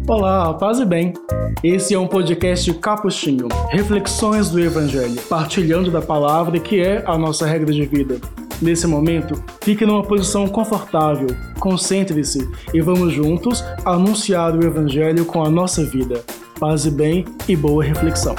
Olá, paz e bem. Esse é um podcast Capuchinho, reflexões do Evangelho, partilhando da palavra que é a nossa regra de vida. Nesse momento, fique numa posição confortável, concentre-se e vamos juntos anunciar o Evangelho com a nossa vida. Paz e bem e boa reflexão.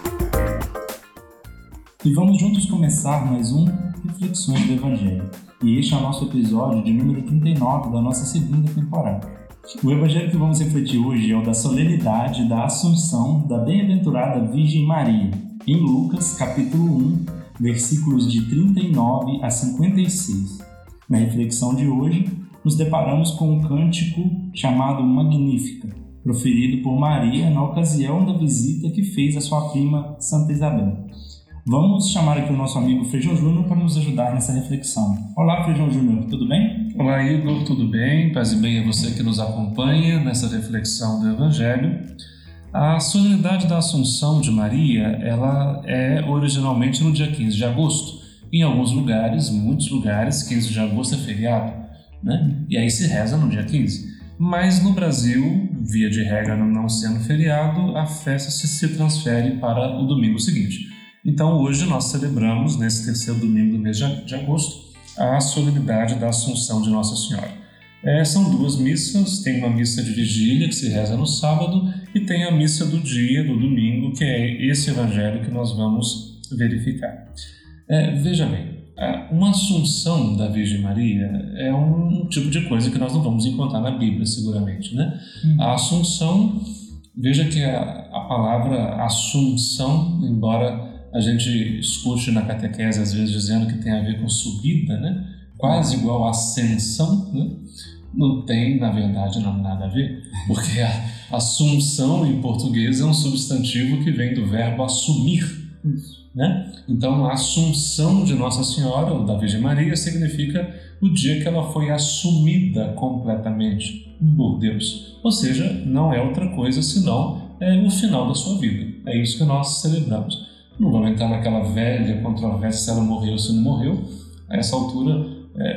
E vamos juntos começar mais um Reflexões do Evangelho. E este é o nosso episódio de número 39 da nossa segunda temporada. O Evangelho que vamos refletir hoje é o da solenidade da Assunção da Bem-aventurada Virgem Maria, em Lucas, capítulo 1, versículos de 39 a 56. Na reflexão de hoje, nos deparamos com um cântico chamado Magnífica, proferido por Maria na ocasião da visita que fez à sua prima Santa Isabel. Vamos chamar aqui o nosso amigo Feijão Júnior para nos ajudar nessa reflexão. Olá, Feijão Júnior, tudo bem? Olá, Igor, tudo bem? Paz e bem a você que nos acompanha nessa reflexão do Evangelho. A solenidade da Assunção de Maria, ela é originalmente no dia 15 de agosto. Em alguns lugares, muitos lugares, 15 de agosto é feriado, né? E aí se reza no dia 15. Mas no Brasil, via de regra não sendo feriado, a festa se transfere para o domingo seguinte. Então hoje nós celebramos, nesse terceiro domingo do mês de agosto, a solenidade da Assunção de Nossa Senhora. São duas missas, tem uma missa de vigília que se reza no sábado e tem a missa do dia, do domingo, que é esse evangelho que nós vamos verificar. Veja bem, uma Assunção da Virgem Maria é um tipo de coisa que nós não vamos encontrar na Bíblia, seguramente, né? A Assunção, veja que a palavra Assunção, embora a gente escute na catequese às vezes dizendo que tem a ver com subida, né? Quase igual a ascensão, né? Não tem, na verdade, nada a ver, porque a assunção em português é um substantivo que vem do verbo assumir, né? Então, a Assunção de Nossa Senhora, ou da Virgem Maria, significa o dia que ela foi assumida completamente por Deus. Ou seja, não é outra coisa senão o final da sua vida. É isso que nós celebramos. Não vamos entrar naquela velha controvérsia se ela morreu ou se não morreu. A essa altura,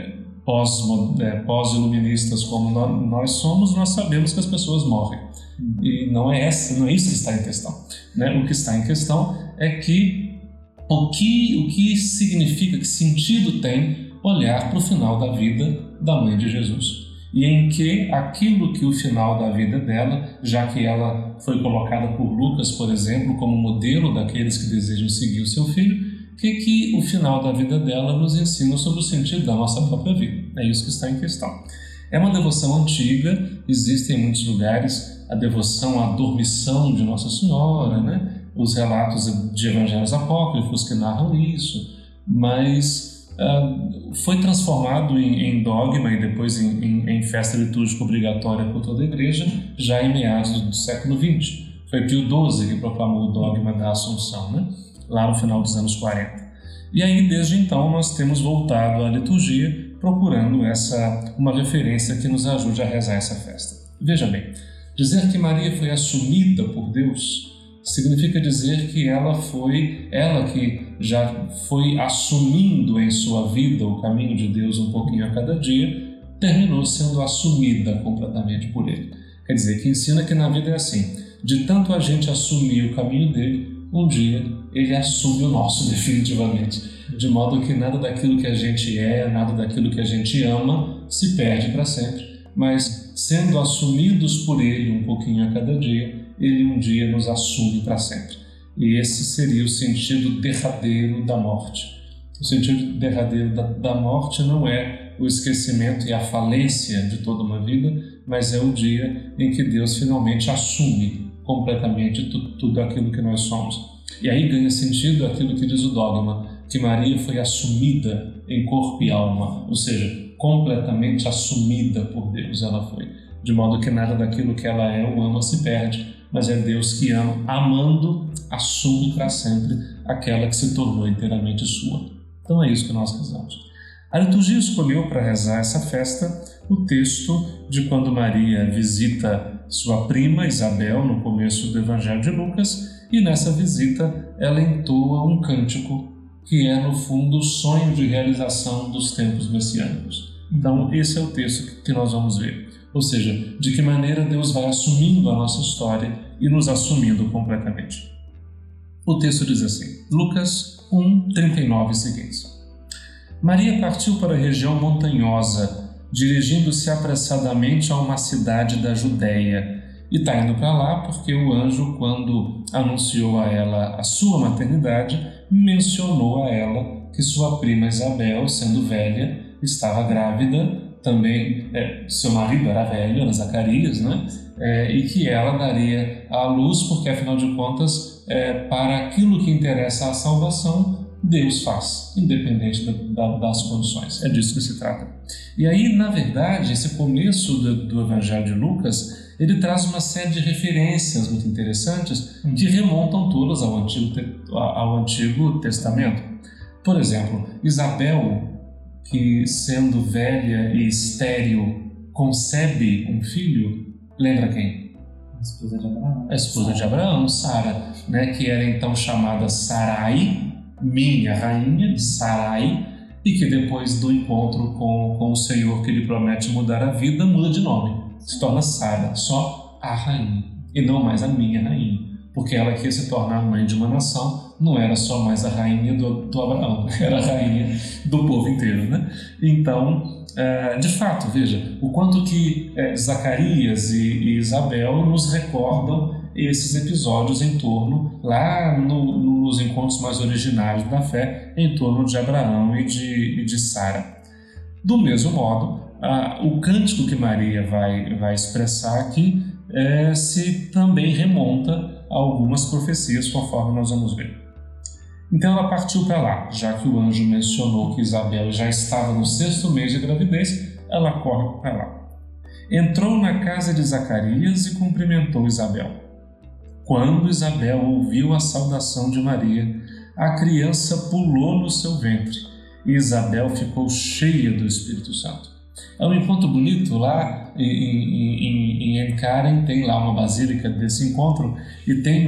pós-iluministas como nós somos, nós sabemos que as pessoas morrem. E não é isso que está em questão, né? O que está em questão é que o que significa, que sentido tem olhar para o final da vida da mãe de Jesus. E em que aquilo que o final da vida dela, já que ela foi colocada por Lucas, por exemplo, como modelo daqueles que desejam seguir o seu filho, que o final da vida dela nos ensina sobre o sentido da nossa própria vida. É isso que está em questão. É uma devoção antiga, existe em muitos lugares a devoção à dormição de Nossa Senhora, né? Os relatos de evangelhos apócrifos que narram isso, mas foi transformado em dogma e depois em festa litúrgica obrigatória por toda a Igreja, já em meados do século XX. Foi Pio XII que proclamou o dogma da Assunção, né? Lá no final dos anos 40. E aí, desde então, nós temos voltado à liturgia, procurando uma referência que nos ajude a rezar essa festa. Veja bem, dizer que Maria foi assumida por Deus significa dizer que ela que já foi assumindo em sua vida o caminho de Deus um pouquinho a cada dia, terminou sendo assumida completamente por Ele. Quer dizer, que ensina que na vida é assim, de tanto a gente assumir o caminho dele, um dia Ele assume o nosso definitivamente, de modo que nada daquilo que a gente nada daquilo que a gente ama se perde para sempre, mas sendo assumidos por Ele um pouquinho a cada dia, Ele um dia nos assume para sempre. E esse seria o sentido derradeiro da morte. O sentido derradeiro da morte não é o esquecimento e a falência de toda uma vida, mas é o dia em que Deus finalmente assume completamente tudo aquilo que nós somos. E aí ganha sentido aquilo que diz o dogma, que Maria foi assumida em corpo e alma, ou seja, completamente assumida por Deus ela foi, de modo que nada daquilo que ela é ou ama se perde, mas é Deus que ama, amando, assume para sempre aquela que se tornou inteiramente sua. Então é isso que nós rezamos. A liturgia escolheu para rezar essa festa o texto de quando Maria visita sua prima Isabel no começo do Evangelho de Lucas, e nessa visita ela entoa um cântico que é, no fundo, o sonho de realização dos tempos messiânicos. Então, esse é o texto que nós vamos ver. Ou seja, de que maneira Deus vai assumindo a nossa história e nos assumindo completamente. O texto diz assim, Lucas 1, 39 e seguintes. Maria partiu para a região montanhosa, dirigindo-se apressadamente a uma cidade da Judéia. E está indo para lá porque o anjo, quando anunciou a ela a sua maternidade, mencionou a ela que sua prima Isabel, sendo velha, estava grávida, também seu marido era velho, era Zacarias, né? E que ela daria à luz, porque afinal de contas, para aquilo que interessa à salvação, Deus faz, independente das condições. É disso que se trata. E aí, na verdade, esse começo do Evangelho de Lucas, ele traz uma série de referências muito interessantes que remontam todas ao Antigo Testamento. Por exemplo, Isabel, que sendo velha e estéril, concebe um filho, lembra quem? A esposa de Abraão. A esposa de Abraão, Sara, né, que era então chamada Sarai, minha rainha, Sarai, e que depois do encontro com o Senhor que lhe promete mudar a vida, muda de nome, se torna Sara, só a rainha, e não mais a minha rainha, porque ela que ia se tornar mãe de uma nação, não era só mais a rainha do Abraão, era a rainha do povo inteiro, né? Então, de fato, veja, o quanto que Zacarias e Isabel nos recordam esses episódios em torno, lá nos encontros mais originários da fé, em torno de Abraão e de Sara. Do mesmo modo, o cântico que Maria vai expressar aqui se também remonta a algumas profecias, conforme nós vamos ver. Então ela partiu para lá, já que o anjo mencionou que Isabel já estava no 6º mês de gravidez, ela corre para lá. Entrou na casa de Zacarias e cumprimentou Isabel. Quando Isabel ouviu a saudação de Maria, a criança pulou no seu ventre e Isabel ficou cheia do Espírito Santo. É um encontro bonito lá em Encaren, tem lá uma basílica desse encontro e tem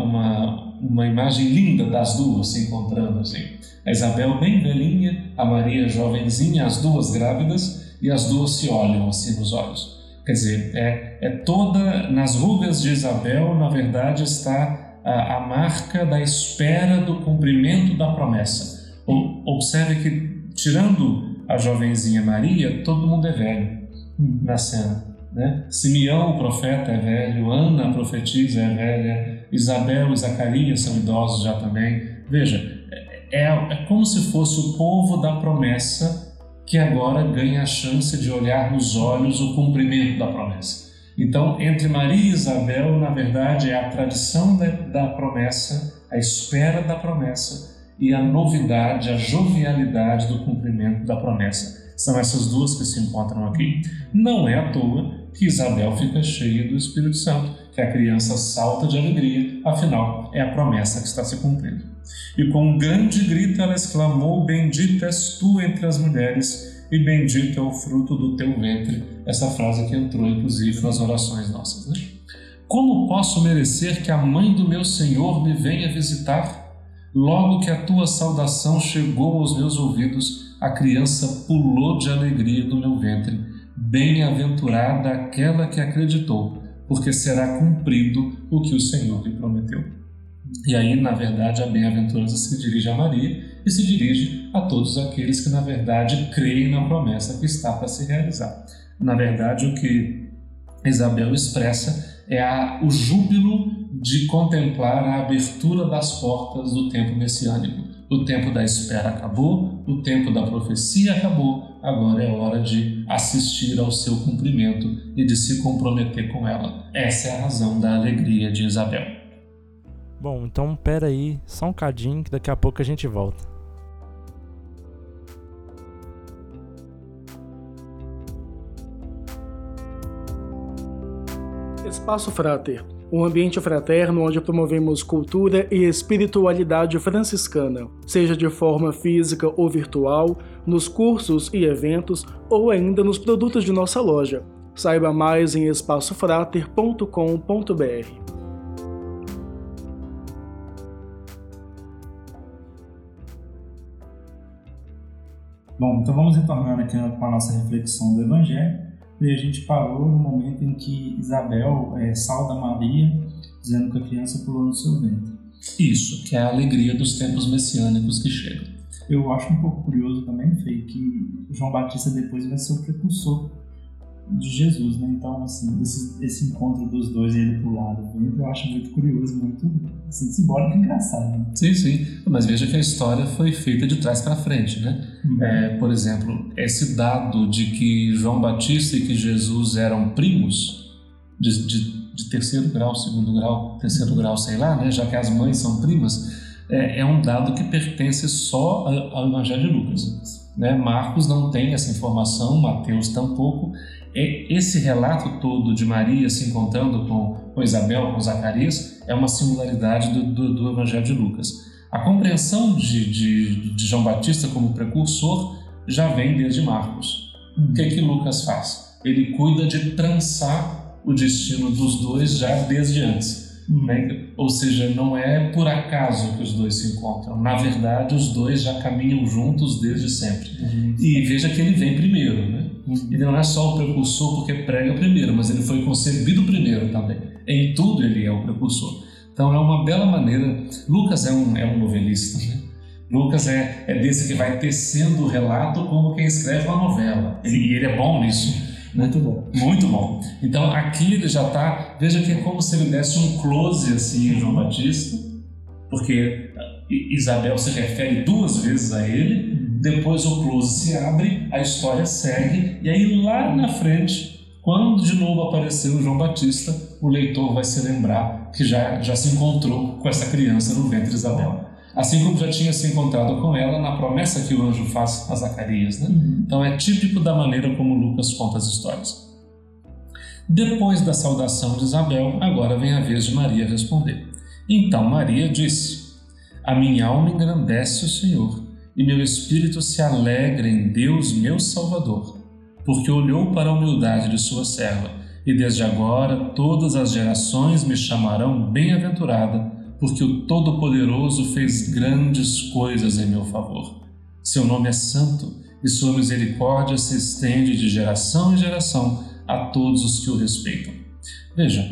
uma imagem linda das duas se encontrando assim. A Isabel bem velhinha, a Maria jovenzinha, as duas grávidas e as duas se olham assim nos olhos. Quer dizer, toda nas rugas de Isabel, na verdade, está a marca da espera do cumprimento da promessa. Observe que, tirando a jovenzinha Maria, todo mundo é velho na cena, né? Simeão, o profeta, é velho, Ana, a profetisa, é velha, Isabel e Zacarias são idosos já também. Veja, é como se fosse o povo da promessa que agora ganha a chance de olhar nos olhos o cumprimento da promessa. Então, entre Maria e Isabel, na verdade, é a tradição da promessa, a espera da promessa e a novidade, a jovialidade do cumprimento da promessa. São essas duas que se encontram aqui. Não é à toa que Isabel fica cheia do Espírito Santo, que a criança salta de alegria, afinal, é a promessa que está se cumprindo. E com um grande grito ela exclamou, bendita és tu entre as mulheres, e bendito é o fruto do teu ventre. Essa frase que entrou, inclusive, nas orações nossas, né? Como posso merecer que a mãe do meu Senhor me venha visitar? Logo que a tua saudação chegou aos meus ouvidos, a criança pulou de alegria do meu ventre. Bem-aventurada aquela que acreditou, porque será cumprido o que o Senhor lhe prometeu. E aí, na verdade, a bem-aventurança se dirige a Maria e se dirige a todos aqueles que, na verdade, creem na promessa que está para se realizar. Na verdade, o que Isabel expressa é o júbilo de contemplar a abertura das portas do tempo messiânico. O tempo da espera acabou, o tempo da profecia acabou, agora é hora de assistir ao seu cumprimento e de se comprometer com ela. Essa é a razão da alegria de Isabel. Bom, então pera aí, só um cadinho que daqui a pouco a gente volta. Espaço Frater, um ambiente fraterno onde promovemos cultura e espiritualidade franciscana, seja de forma física ou virtual, nos cursos e eventos ou ainda nos produtos de nossa loja. Saiba mais em espacofrater.com.br. Bom, então vamos retornando aqui com a nossa reflexão do Evangelho. E a gente parou no momento em que Isabel sauda Maria, dizendo que a criança pulou no seu ventre. Isso, que é a alegria dos tempos messiânicos que chegam. Eu acho um pouco curioso também, Fê, que João Batista depois vai ser o precursor de Jesus, né? Então, assim, esse encontro dos dois e ele pular do ventre, eu acho muito curioso, muito assim, simbólico e engraçado, né? Sim, mas veja que a história foi feita de trás para frente, né? Por exemplo, esse dado de que João Batista e que Jesus eram primos de terceiro grau, segundo grau, terceiro grau, sei lá, né? Já que as mães são primas, é um dado que pertence só ao Evangelho de Lucas, né? Marcos não tem essa informação, Mateus tampouco. Esse relato todo de Maria se encontrando com Isabel, com Zacarias, é uma singularidade do Evangelho de Lucas. A compreensão de João Batista como precursor já vem desde Marcos. O que Lucas faz? Ele cuida de trançar o destino dos dois já desde antes. Né? Ou seja, não é por acaso que os dois se encontram. Na verdade, os dois já caminham juntos desde sempre. E veja que ele vem primeiro, né? Ele não é só o precursor porque prega primeiro, mas ele foi concebido primeiro também. Em tudo ele é o precursor. Então é uma bela maneira. Lucas é um novelista, né? Lucas é desse que vai tecendo o relato como quem escreve uma novela. E ele é bom nisso. Muito bom. Muito bom. Então aqui ele já está. Veja que é como se ele desse um close assim em João Batista, porque Isabel se refere 2 vezes a ele. Depois o close se abre, a história segue, e aí lá na frente, quando de novo aparecer o João Batista, o leitor vai se lembrar que já se encontrou com essa criança no ventre de Isabel. Assim como já tinha se encontrado com ela na promessa que o anjo faz a Zacarias, né? Então é típico da maneira como Lucas conta as histórias. Depois da saudação de Isabel, agora vem a vez de Maria responder. Então Maria disse: a minha alma engrandece o Senhor, e meu espírito se alegra em Deus, meu Salvador, porque olhou para a humildade de sua serva, e desde agora todas as gerações me chamarão bem-aventurada, porque o Todo-Poderoso fez grandes coisas em meu favor. Seu nome é santo, e sua misericórdia se estende de geração em geração a todos os que o respeitam. Veja,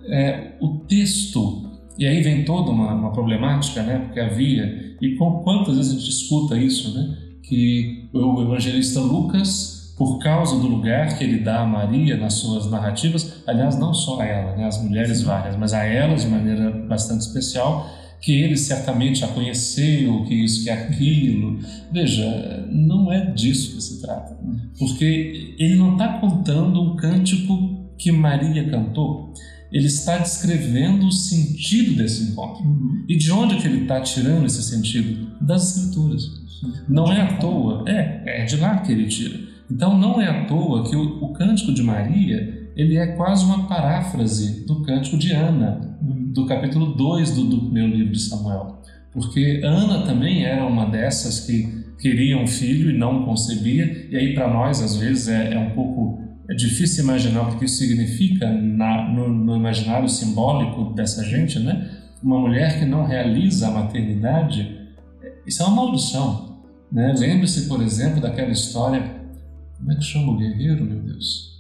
o texto, e aí vem toda uma problemática, né? Porque havia, e quantas vezes a gente escuta isso, né? Que o evangelista Lucas, por causa do lugar que ele dá a Maria nas suas narrativas, aliás, não só a ela, né? As mulheres várias, mas a ela de maneira bastante especial, que ele certamente a conheceu, que isso, que aquilo. Veja, não é disso que se trata, porque ele não está contando um cântico que Maria cantou. Ele está descrevendo o sentido desse encontro. E de onde é que ele está tirando esse sentido? Das Escrituras. Não é à toa, é de lá que ele tira. Então não é à toa que o cântico de Maria, ele é quase uma paráfrase do cântico de Ana, do capítulo 2 do primeiro livro de Samuel. Porque Ana também era uma dessas que queria um filho e não concebia, e aí para nós às vezes é um pouco... É difícil imaginar o que isso significa no imaginário simbólico dessa gente, né? Uma mulher que não realiza a maternidade, isso é uma maldição, né? Lembre-se, por exemplo, daquela história, como é que chama o guerreiro, meu Deus?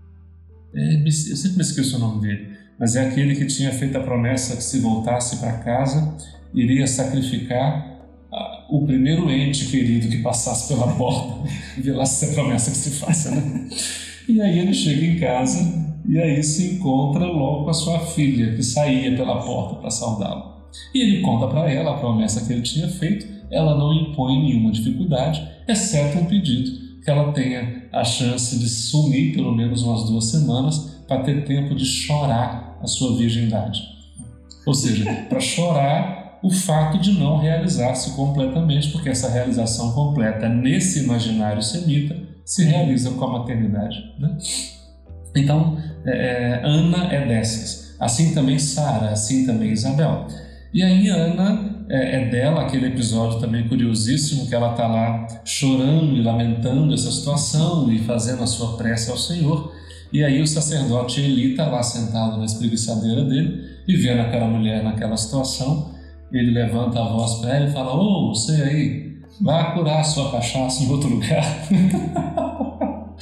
Eu sempre me esqueço o nome dele, mas é aquele que tinha feito a promessa que se voltasse para casa, iria sacrificar o primeiro ente querido que passasse pela porta, e ver lá se é promessa que se faça, né? E aí ele chega em casa e aí se encontra logo com a sua filha, que saía pela porta para saudá-lo. E ele conta para ela a promessa que ele tinha feito. Ela não impõe nenhuma dificuldade, exceto um pedido, que ela tenha a chance de sumir pelo menos umas 2 semanas para ter tempo de chorar a sua virgindade. Ou seja, para chorar o fato de não realizar-se completamente, porque essa realização completa nesse imaginário semita se realiza com a maternidade, né? Então, Ana é dessas. Assim também Sara, assim também Isabel. E aí Ana, é dela aquele episódio também curiosíssimo, que ela está lá chorando e lamentando essa situação e fazendo a sua prece ao Senhor. E aí o sacerdote Eli está lá sentado na espreguiçadeira dele e vendo aquela mulher naquela situação, ele levanta a voz para ela e fala: "Ô, você aí, vá curar a sua cachaça em outro lugar."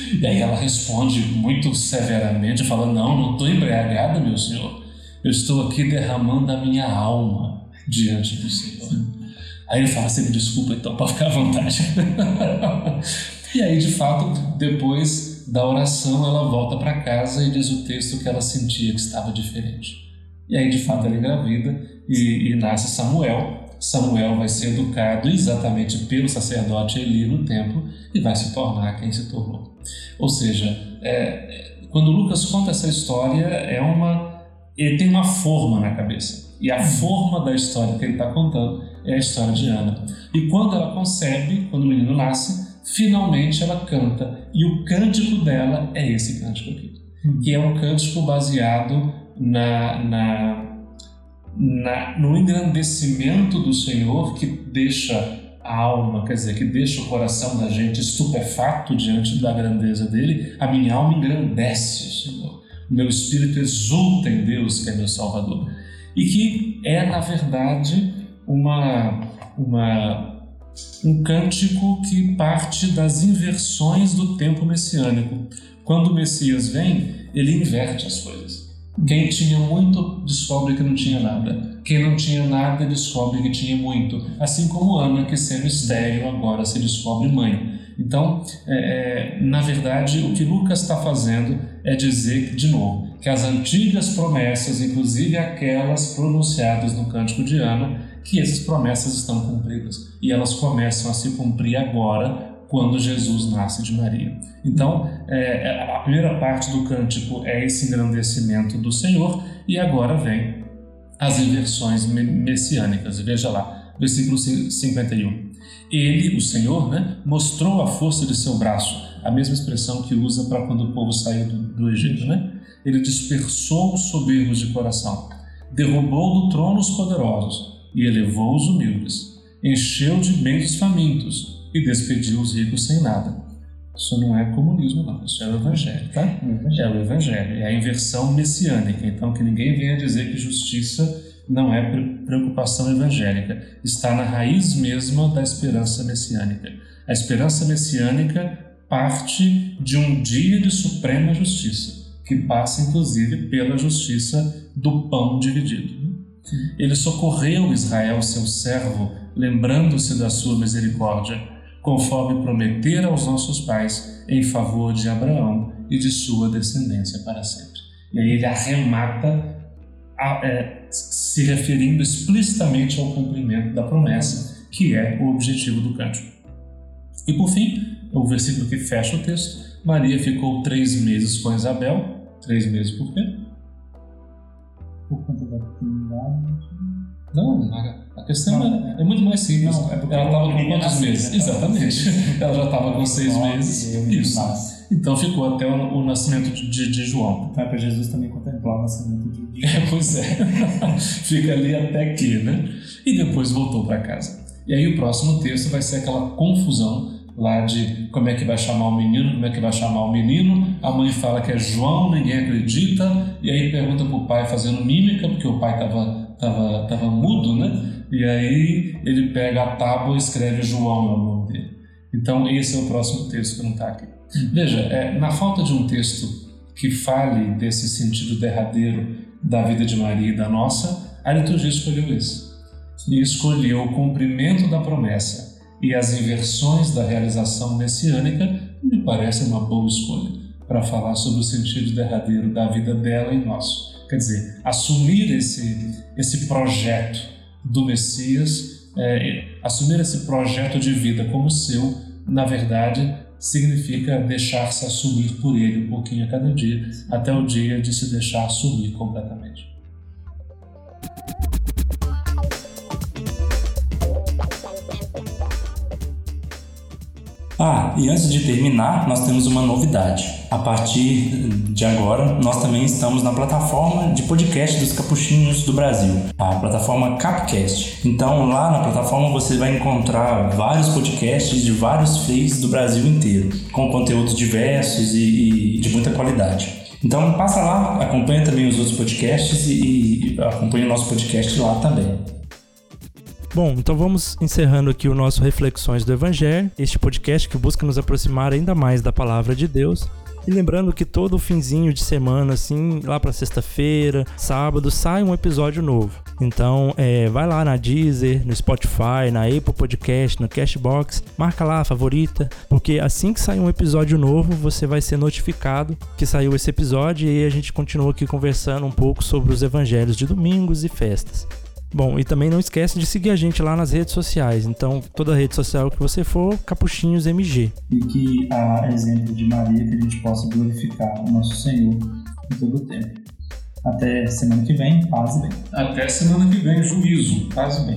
E aí ela responde muito severamente, falando: não estou embriagada, meu senhor. Eu estou aqui derramando a minha alma diante do Senhor. Aí ele fala: você me desculpa então, pode ficar à vontade. E aí, de fato, depois da oração, ela volta para casa e diz o texto que ela sentia que estava diferente. E aí, de fato, ela engravida e nasce Samuel. Samuel vai ser educado exatamente pelo sacerdote Eli no templo e vai se tornar quem se tornou. Ou seja, quando Lucas conta essa história, ele tem uma forma na cabeça. E a forma da história que ele está contando é a história de Ana. E quando ela concebe, quando o menino nasce, finalmente ela canta. E o cântico dela é esse cântico aqui, que é um cântico baseado no engrandecimento do Senhor, que deixa a alma, quer dizer, que deixa o coração da gente estupefato diante da grandeza dele. A minha alma engrandece o Senhor, o meu espírito exulta em Deus, que é meu Salvador. E que é, na verdade, um cântico que parte das inversões do tempo messiânico. Quando o Messias vem, ele inverte as coisas. Quem tinha muito descobre que não tinha nada. Quem não tinha nada descobre que tinha muito. Assim como Ana, que sendo estéril agora se descobre mãe. Então, na verdade, o que Lucas está fazendo é dizer, de novo, que as antigas promessas, inclusive aquelas pronunciadas no Cântico de Ana, que essas promessas estão cumpridas. E elas começam a se cumprir agora, quando Jesus nasce de Maria. Então, a primeira parte do cântico é esse engrandecimento do Senhor, e agora vem as inversões messiânicas. Veja lá, versículo 51. Ele, o Senhor, mostrou a força de seu braço, a mesma expressão que usa para quando o povo saiu do Egito. Ele dispersou os soberbos de coração, derrubou do trono os poderosos e elevou os humildes, encheu de bens os famintos e despediu os ricos sem nada. Isso não é comunismo, não. Isso é o Evangelho, tá? É o Evangelho. É a inversão messiânica. Então, que ninguém venha dizer que justiça não é preocupação evangélica. Está na raiz mesma da esperança messiânica. A esperança messiânica parte de um dia de suprema justiça, que passa, inclusive, pela justiça do pão dividido. Ele socorreu Israel, seu servo, lembrando-se da sua misericórdia, conforme prometera aos nossos pais, em favor de Abraão e de sua descendência para sempre. E aí ele arremata, se referindo explicitamente ao cumprimento da promessa, que é o objetivo do cântico. E por fim, o versículo que fecha o texto: Maria ficou 3 meses com Isabel. 3 meses por quê? Por conta da fertilidade. Não, a questão é muito mais simples. Não, é porque ela estava com quantos nascer, meses? Exatamente. Ela já estava com 6 meses. Isso. Então ficou até o nascimento de João. Então é para Jesus também contemplar o nascimento de Pois é. Fica ali até que, E depois voltou para casa. E aí o próximo texto vai ser aquela confusão lá de como é que vai chamar o menino, como é que vai chamar o menino. A mãe fala que é João, ninguém acredita. E aí pergunta para o pai fazendo mímica, porque o pai estava mudo, E aí ele pega a tábua e escreve João no nome dele. Então esse é o próximo texto que não está aqui. Veja, na falta de um texto que fale desse sentido derradeiro da vida de Maria e da nossa, a liturgia escolheu esse. E escolheu o cumprimento da promessa e as inversões da realização messiânica. Me parece uma boa escolha para falar sobre o sentido derradeiro da vida dela e nosso. Quer dizer, assumir esse projeto do Messias, assumir esse projeto de vida como seu, na verdade, significa deixar-se assumir por ele um pouquinho a cada dia, até o dia de se deixar assumir completamente. E antes de terminar, nós temos uma novidade. A partir de agora, nós também estamos na plataforma de podcast dos capuchinhos do Brasil, a plataforma Capcast. Então, lá na plataforma você vai encontrar vários podcasts de vários faiths do Brasil inteiro, com conteúdos diversos e de muita qualidade. Então, passa lá, acompanha também os outros podcasts e acompanha o nosso podcast lá também. Bom, então vamos encerrando aqui o nosso Reflexões do Evangelho, este podcast que busca nos aproximar ainda mais da Palavra de Deus. E lembrando que todo finzinho de semana, assim, lá pra sexta-feira, sábado, sai um episódio novo. Então, vai lá na Deezer, no Spotify, na Apple Podcast, no Cashbox, marca lá a favorita, porque assim que sair um episódio novo, você vai ser notificado que saiu esse episódio e aí a gente continua aqui conversando um pouco sobre os evangelhos de domingos e festas. Bom, e também não esquece de seguir a gente lá nas redes sociais. Então, toda rede social que você for, Capuchinhos MG. E que, a exemplo de Maria, que a gente possa glorificar o nosso Senhor em todo o tempo. Até semana que vem, paz e bem. Até semana que vem, juízo, paz e bem.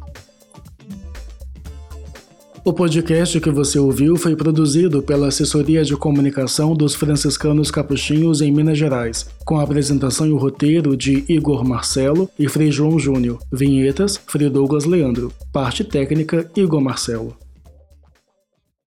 O podcast que você ouviu foi produzido pela Assessoria de Comunicação dos Franciscanos Capuchinhos em Minas Gerais, com a apresentação e o roteiro de Igor Marcelo e Frei João Júnior. Vinhetas, Frei Douglas Leandro. Parte técnica, Igor Marcelo.